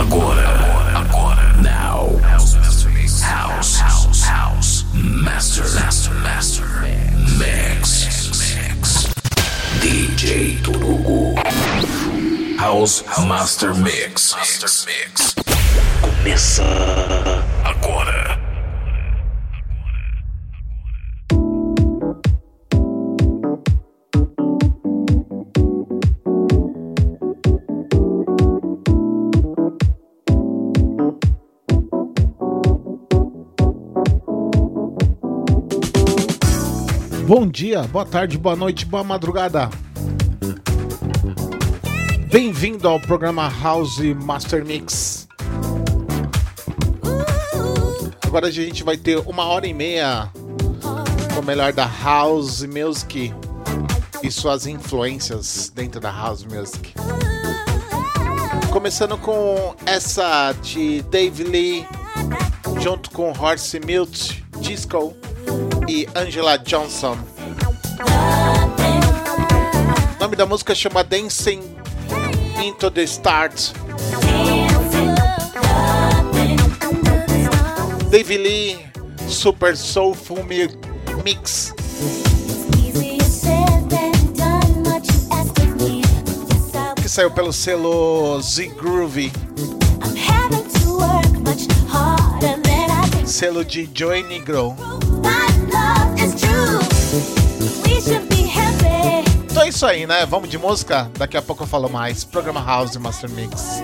Agora. Now. House. Master. Mix. DJ Turugo. House Master Mix. Começa agora. Bom dia, boa tarde, boa noite, boa madrugada. Bem-vindo ao programa House Master Mix. Agora a gente vai ter 1h30 com o melhor da House Music e suas influências dentro da House Music. Começando com essa de Dave Lee, junto com Horace Mills, Disco e Angela Johnson. O nome da música chama Dancing Into the Stars. Dave Lee, Super Soulful Mix. Que saiu pelo selo Z-Groove. Selo de Joey Negro. Então é isso aí, né? Vamos de música? Daqui a pouco eu falo mais. Programa House Master Mix.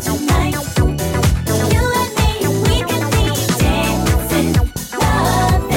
Love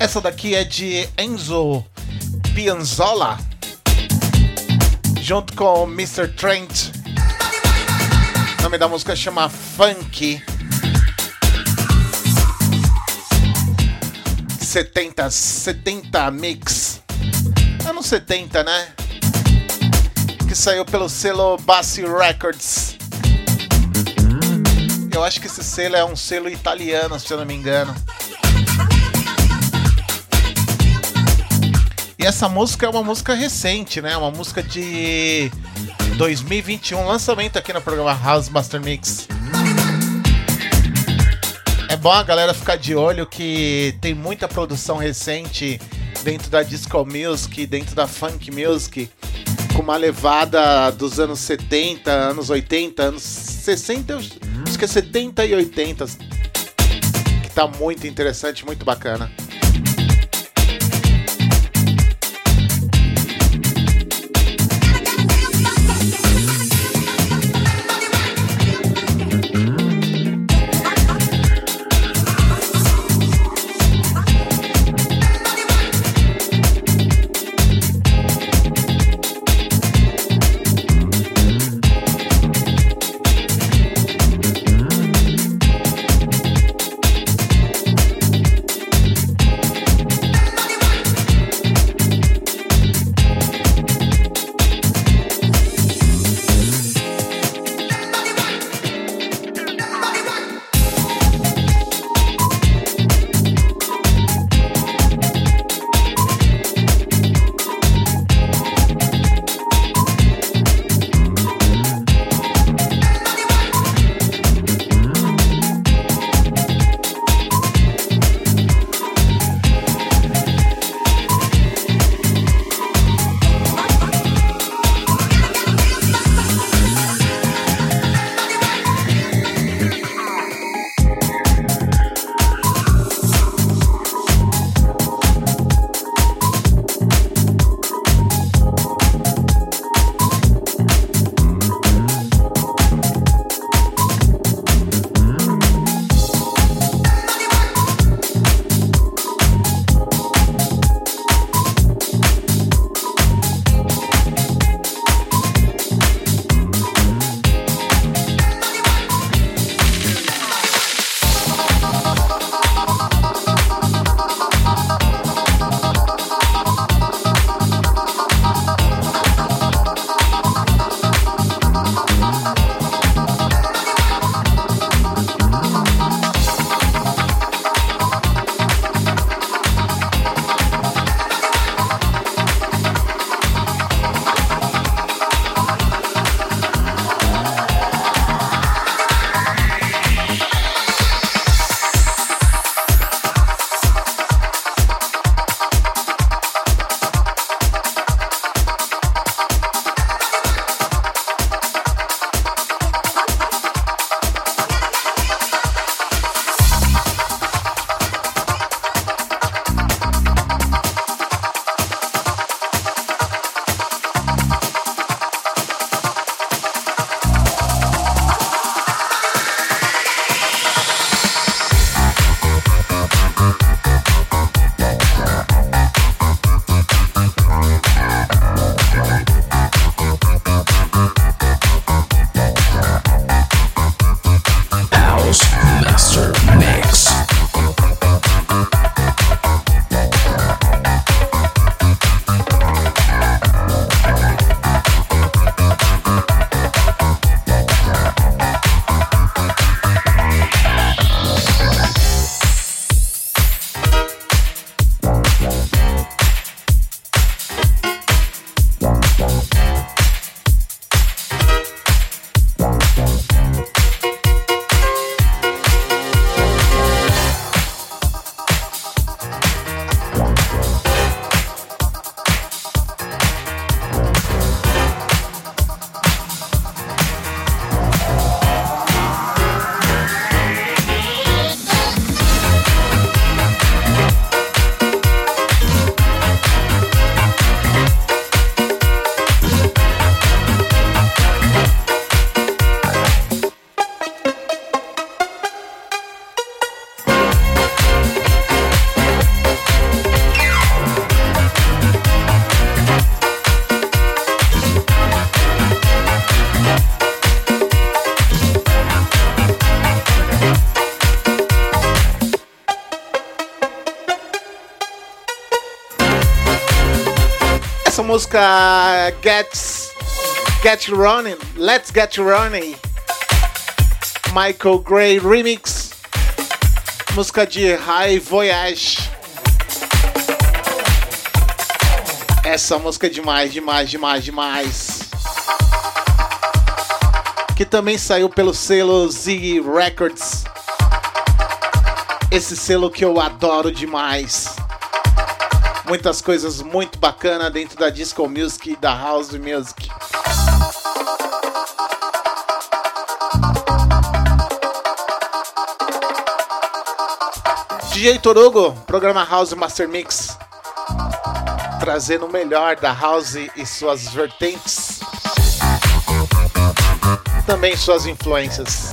Essa daqui é de Enzo Piazzolla, junto com Mr. Trent. O nome da música chama Funk. 70 Mix. Anos 70, né? Que saiu pelo selo Bassi Records. Eu acho que esse selo é um selo italiano, se eu não me engano. E essa música é uma música recente, né? Uma música de 2021, lançamento aqui no programa House Master Mix. É bom a galera ficar de olho que tem muita produção recente dentro da disco music, dentro da funk music, com uma levada dos anos 70, anos 80, anos 60, acho que é 70 e 80, que tá muito interessante, muito bacana. Essa música Get Running, Let's Get Running, Michael Gray Remix, música de High Voyage. Essa música é demais, demais, demais, demais. Que também saiu pelo selo Ziggy Records. Esse selo que eu adoro demais. Muitas coisas muito bacanas dentro da disco music e da house music. DJ Torugo, programa House Master Mix, trazendo o melhor da house e suas vertentes, também suas influências.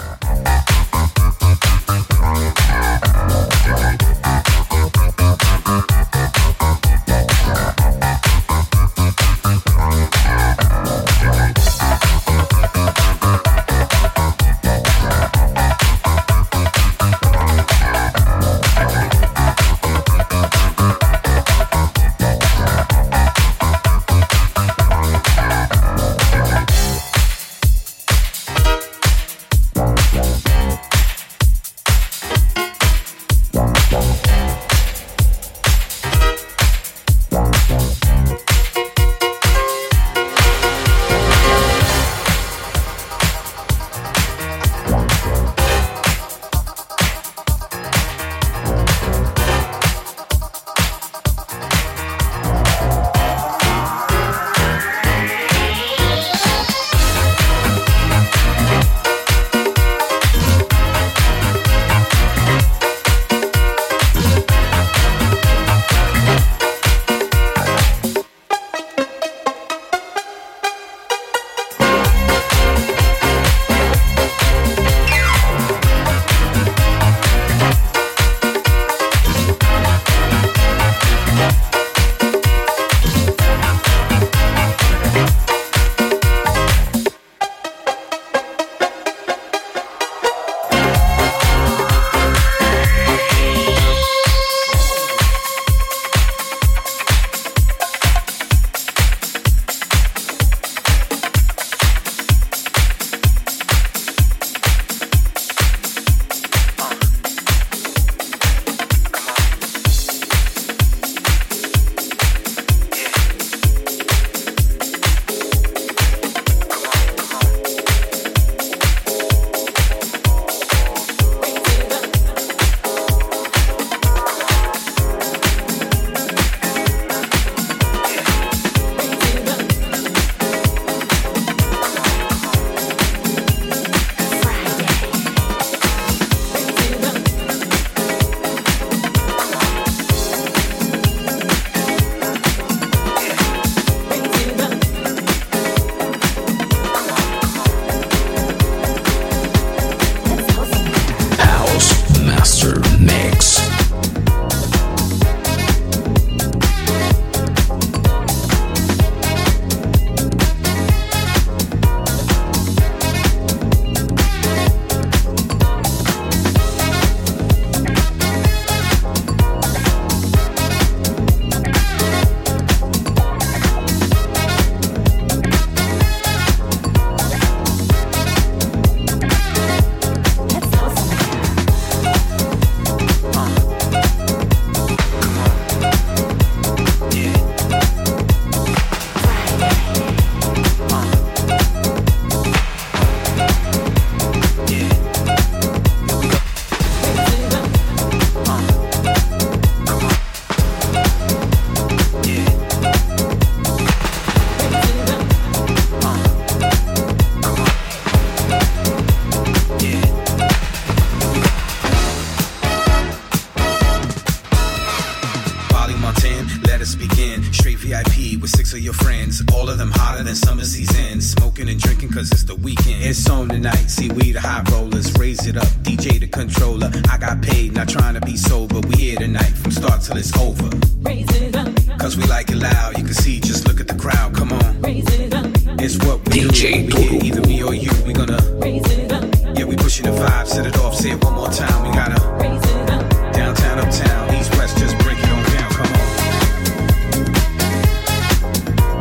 It's on tonight, see we the high rollers, raise it up, DJ the controller. I got paid, not trying to be sober. We here tonight, from start till it's over. Raise it up, cause we like it loud. You can see, just look at the crowd, come on. Raise it up, it's what we DJ do. We here, either me or you, we gonna raise it up. Yeah, we pushing the vibe, set it off, say it one more time. We gotta raise it up. Downtown, uptown, east, west, just break it on down, come on.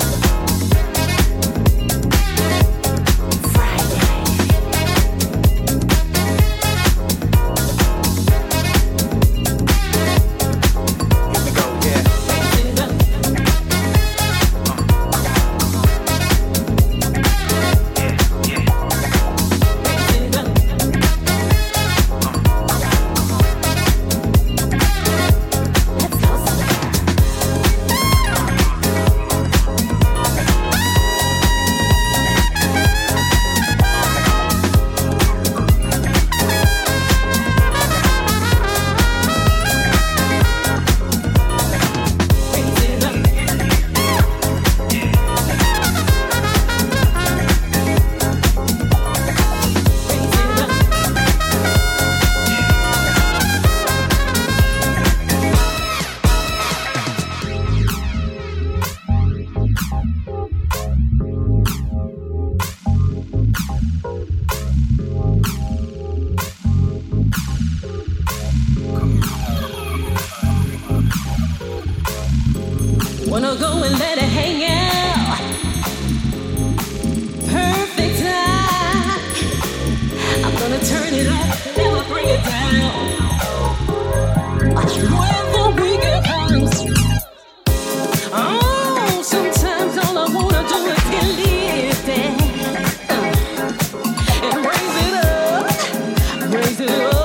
go and let it hang out. Perfect time. I'm gonna turn it up, never bring it down. When the weekend comes, oh, sometimes all I wanna do is get lifted and raise it up, raise it up.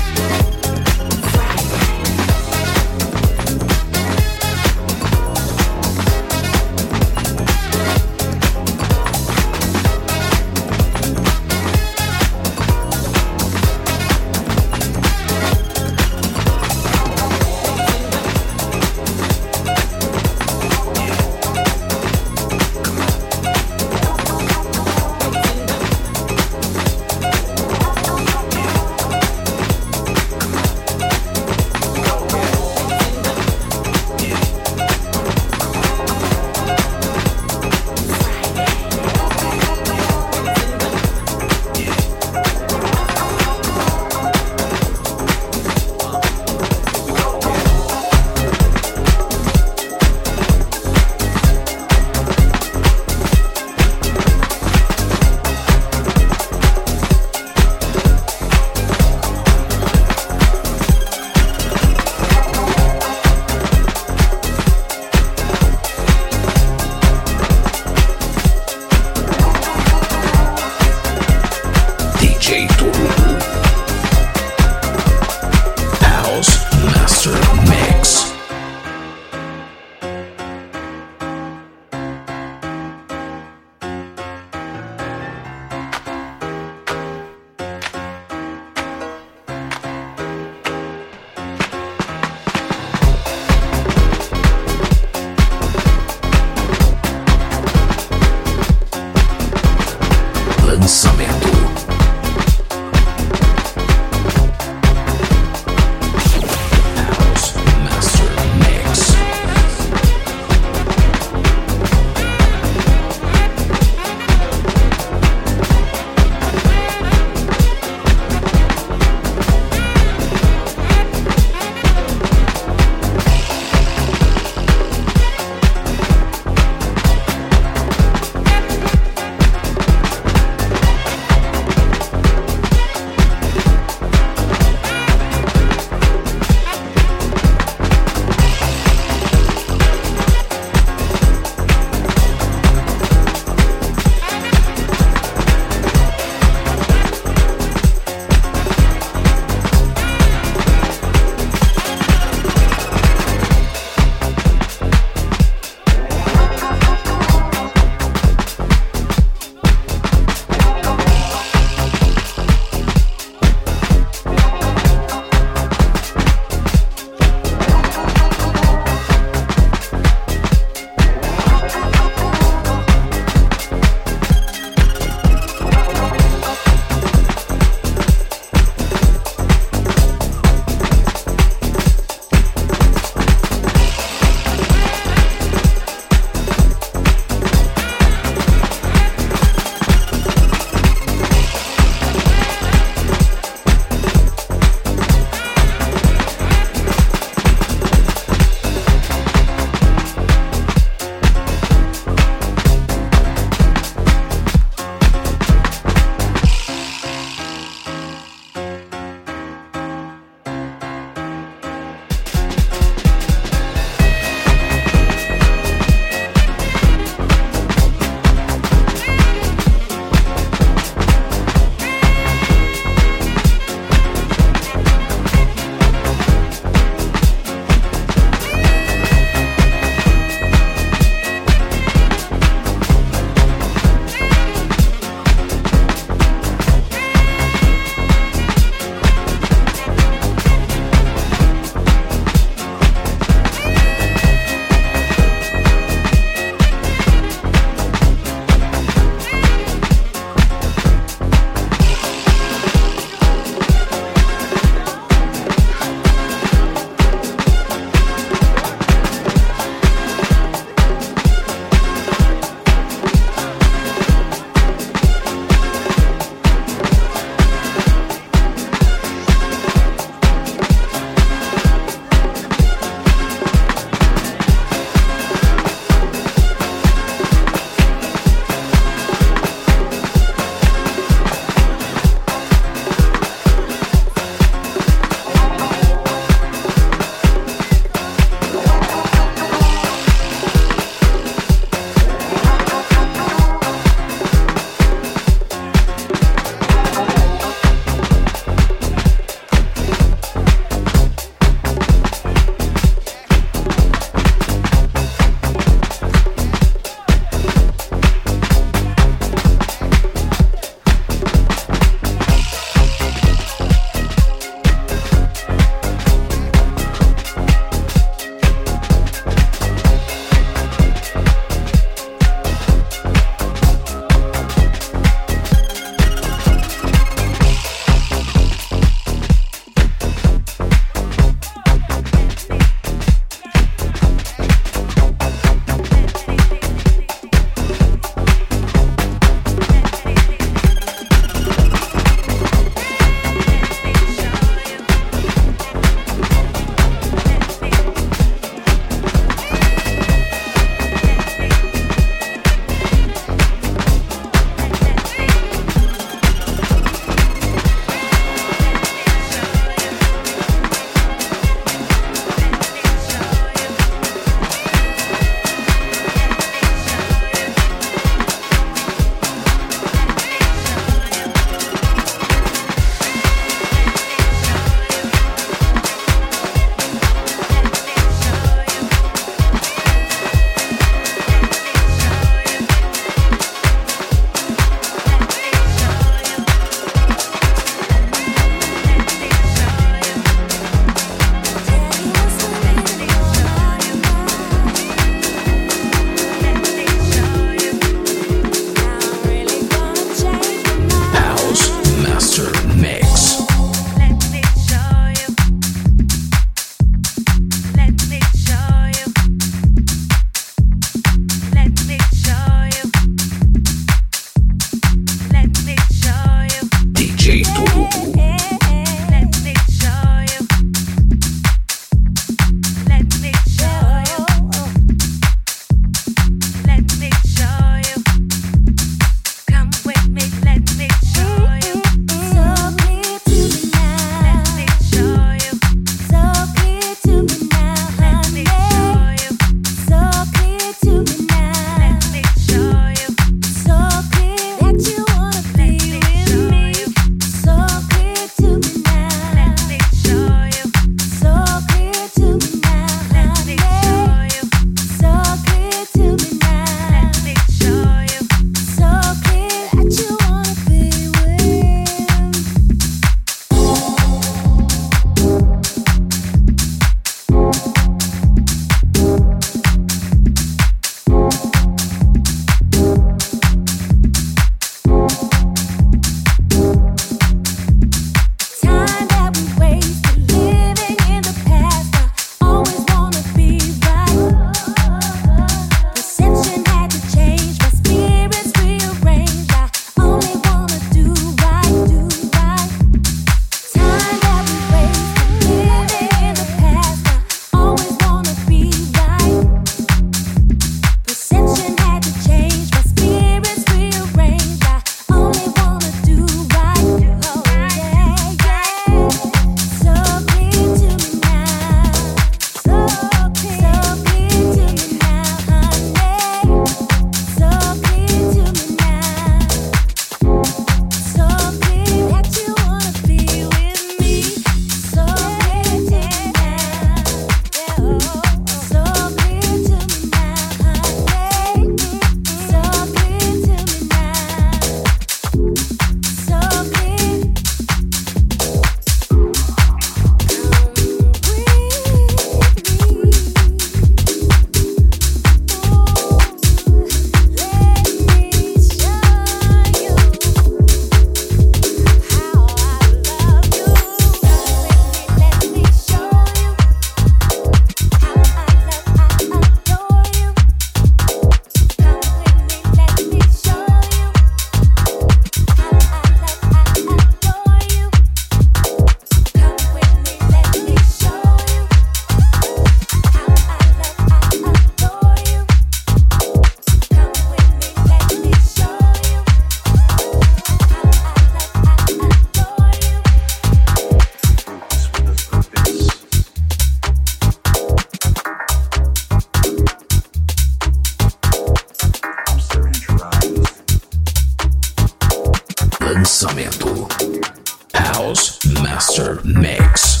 lançamento. House Master Mix.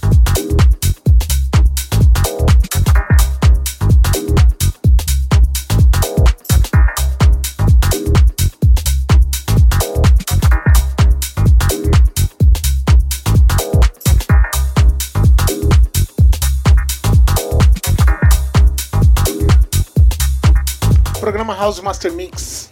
Programa House Master Mix.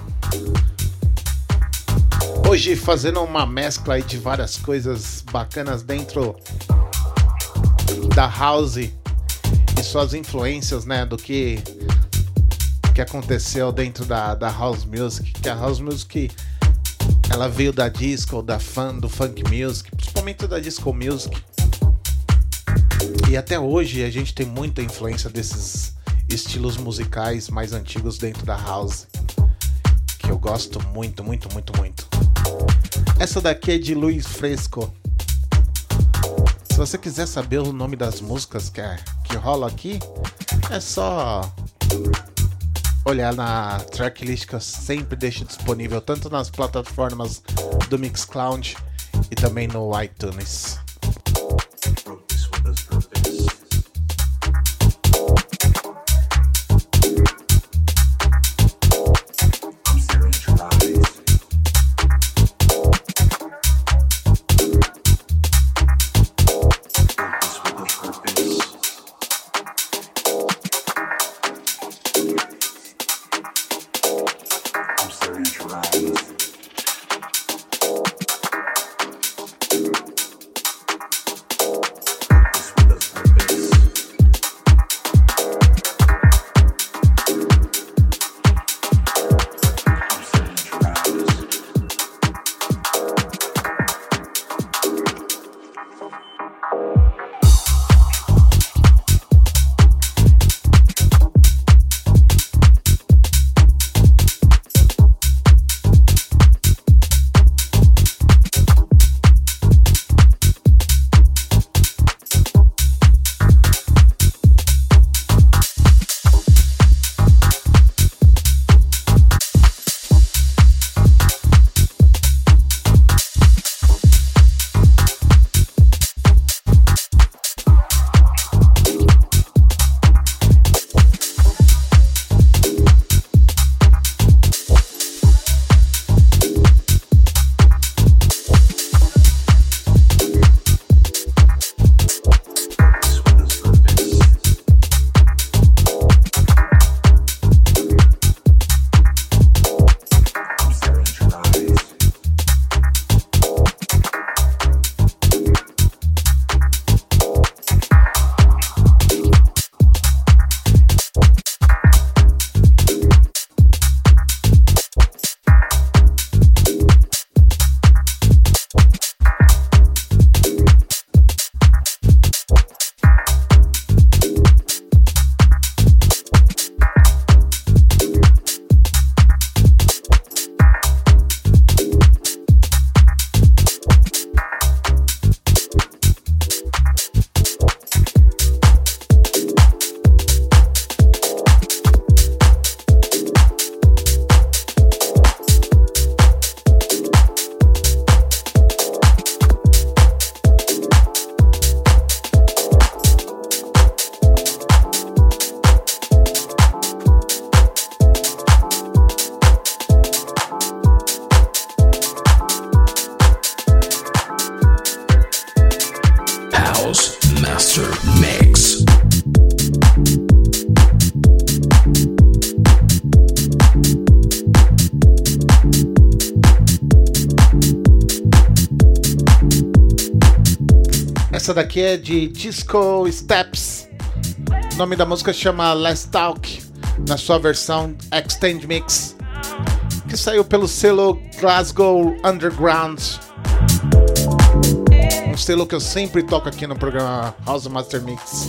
Hoje fazendo uma mescla aí de várias coisas bacanas dentro da house e suas influências, né, do que aconteceu dentro da house music. Que a house music, ela veio da disco, do funk music, principalmente da disco music. E até hoje a gente tem muita influência desses estilos musicais mais antigos dentro da house, que eu gosto muito, muito, muito, muito. Essa daqui é de Luiz Fresco. Se você quiser saber o nome das músicas que rola aqui, é só olhar na tracklist que eu sempre deixo disponível tanto nas plataformas do Mixcloud e também no iTunes. Essa daqui é de Disco Steps. O nome da música chama Let's Talk, na sua versão Extend Mix, que saiu pelo selo Glasgow Underground. Um selo que eu sempre toco aqui no programa House Master Mix.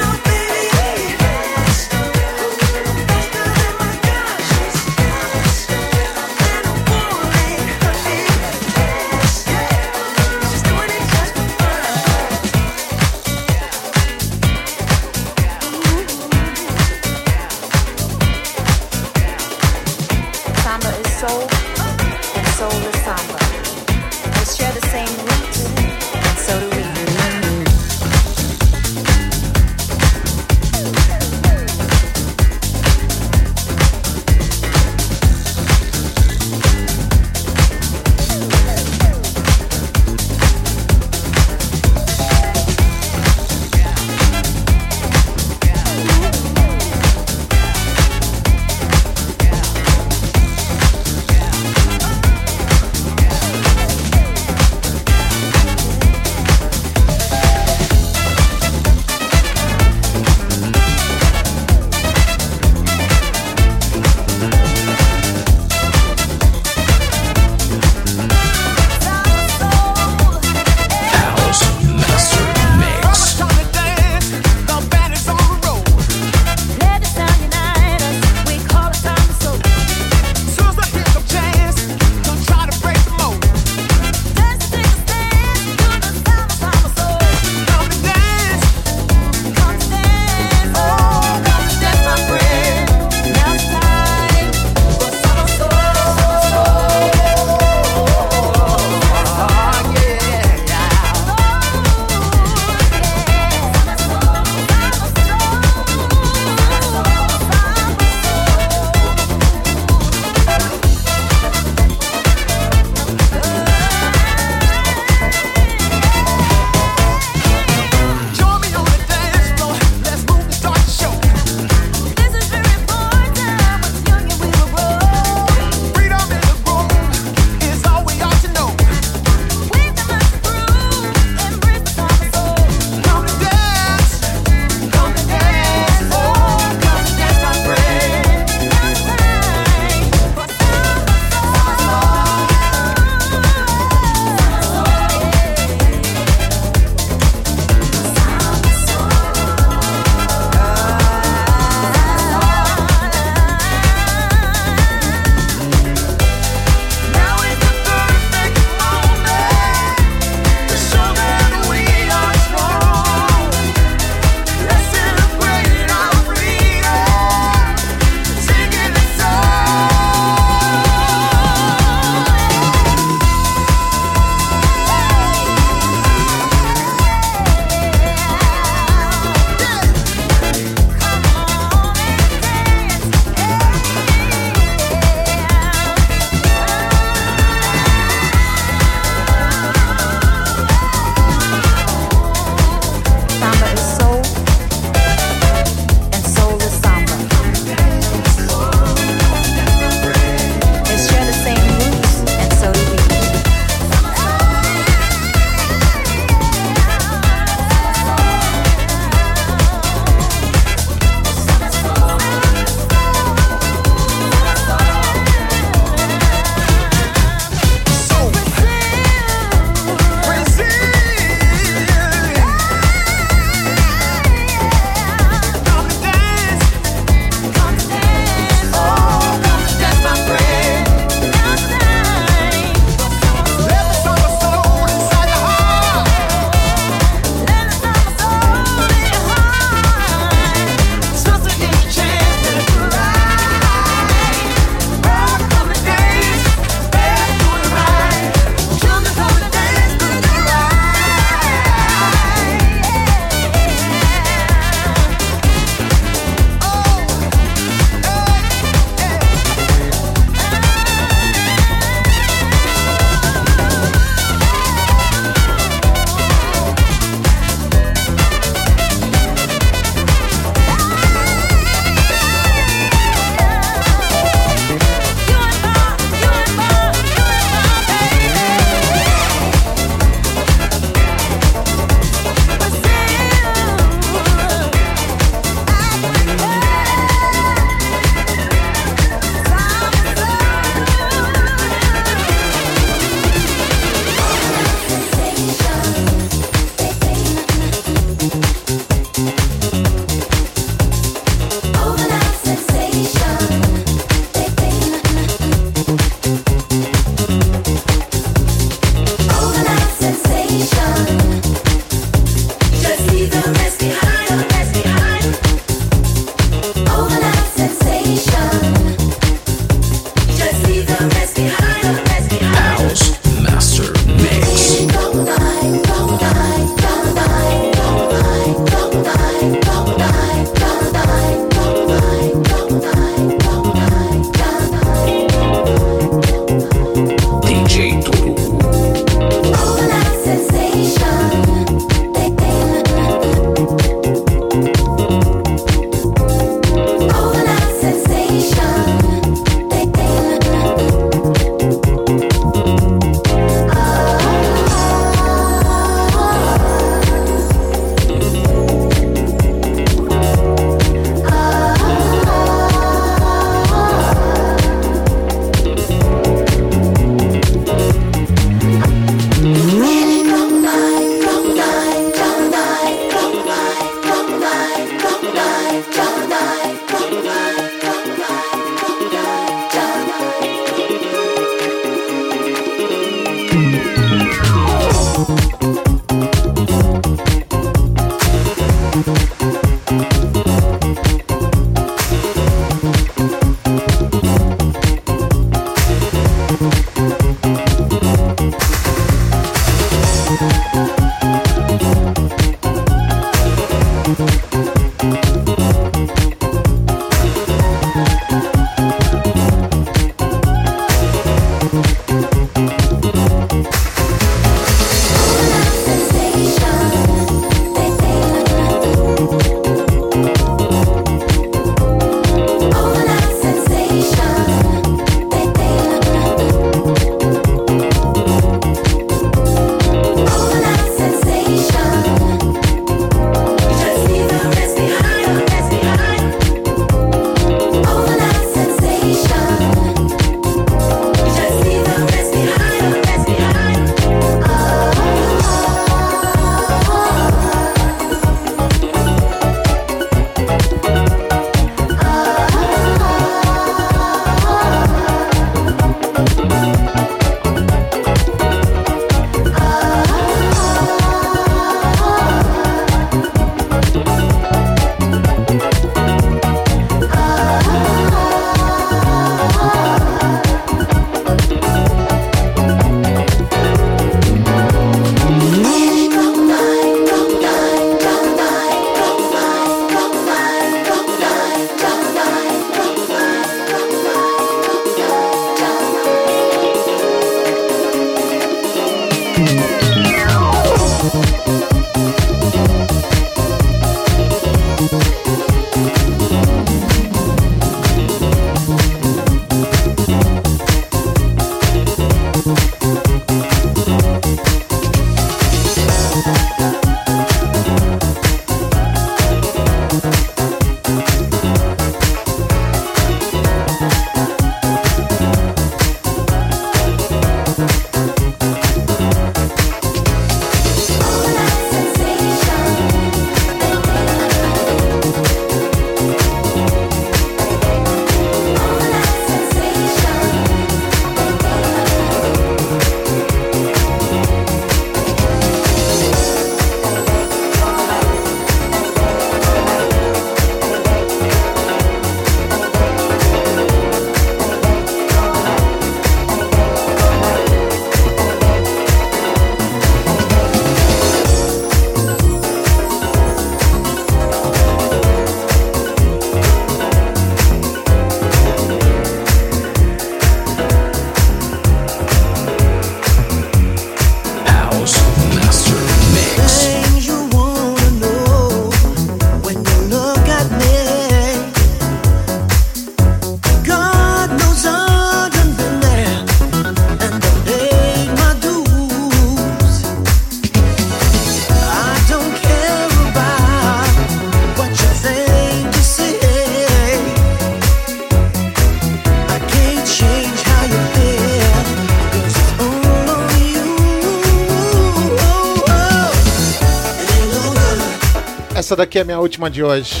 Essa daqui é a minha última de hoje.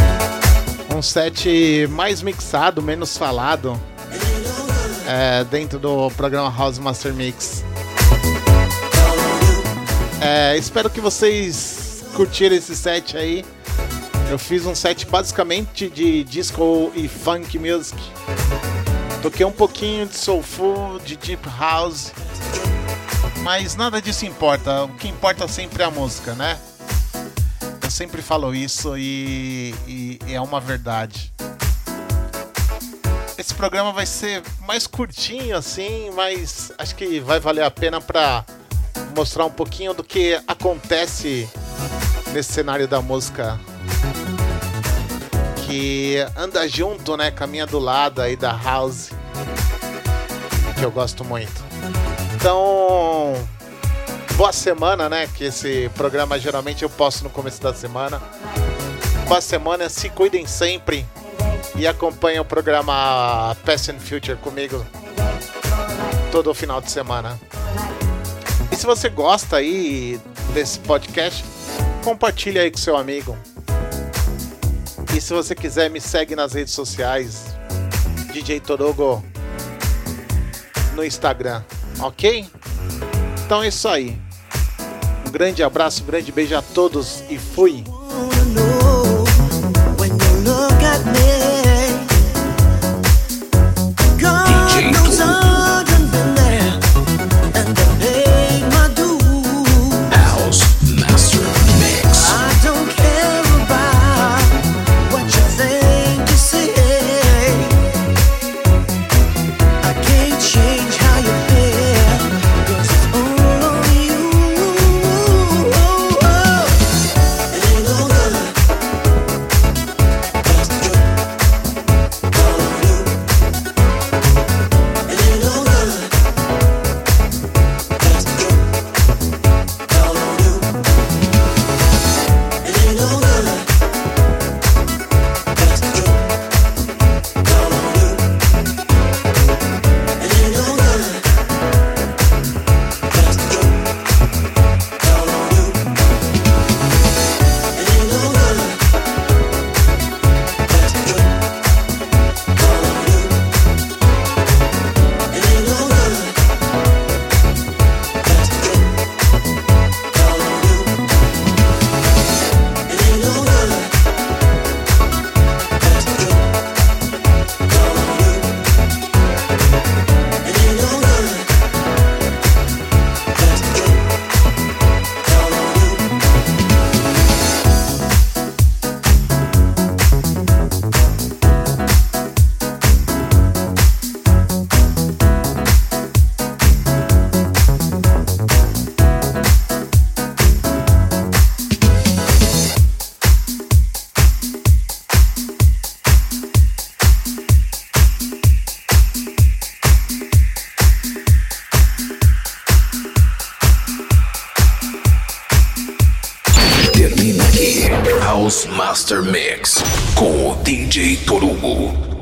Um set mais mixado, menos falado, dentro do programa House Master Mix. Espero que vocês curtiram esse set aí. Eu fiz um set basicamente de disco e funk music. Toquei um pouquinho de soulful, de deep house. Mas nada disso importa. O que importa sempre é a música, né? Eu sempre falo isso e é uma verdade. Esse programa vai ser mais curtinho assim, mas acho que vai valer a pena para mostrar um pouquinho do que acontece nesse cenário da música que anda junto, né, caminha do lado aí da house, que eu gosto muito. Então, boa semana, né, que esse programa geralmente eu posto no começo da semana. Boa semana, se cuidem sempre e acompanhem o programa Past and Future comigo todo final de semana. E se você gosta aí desse podcast, compartilha aí com seu amigo. E se você quiser, me segue nas redes sociais, DJ Torugo no Instagram, ok? Então é isso aí. Um grande abraço, um grande beijo a todos e fui! House Master Mix com o DJ Torugo.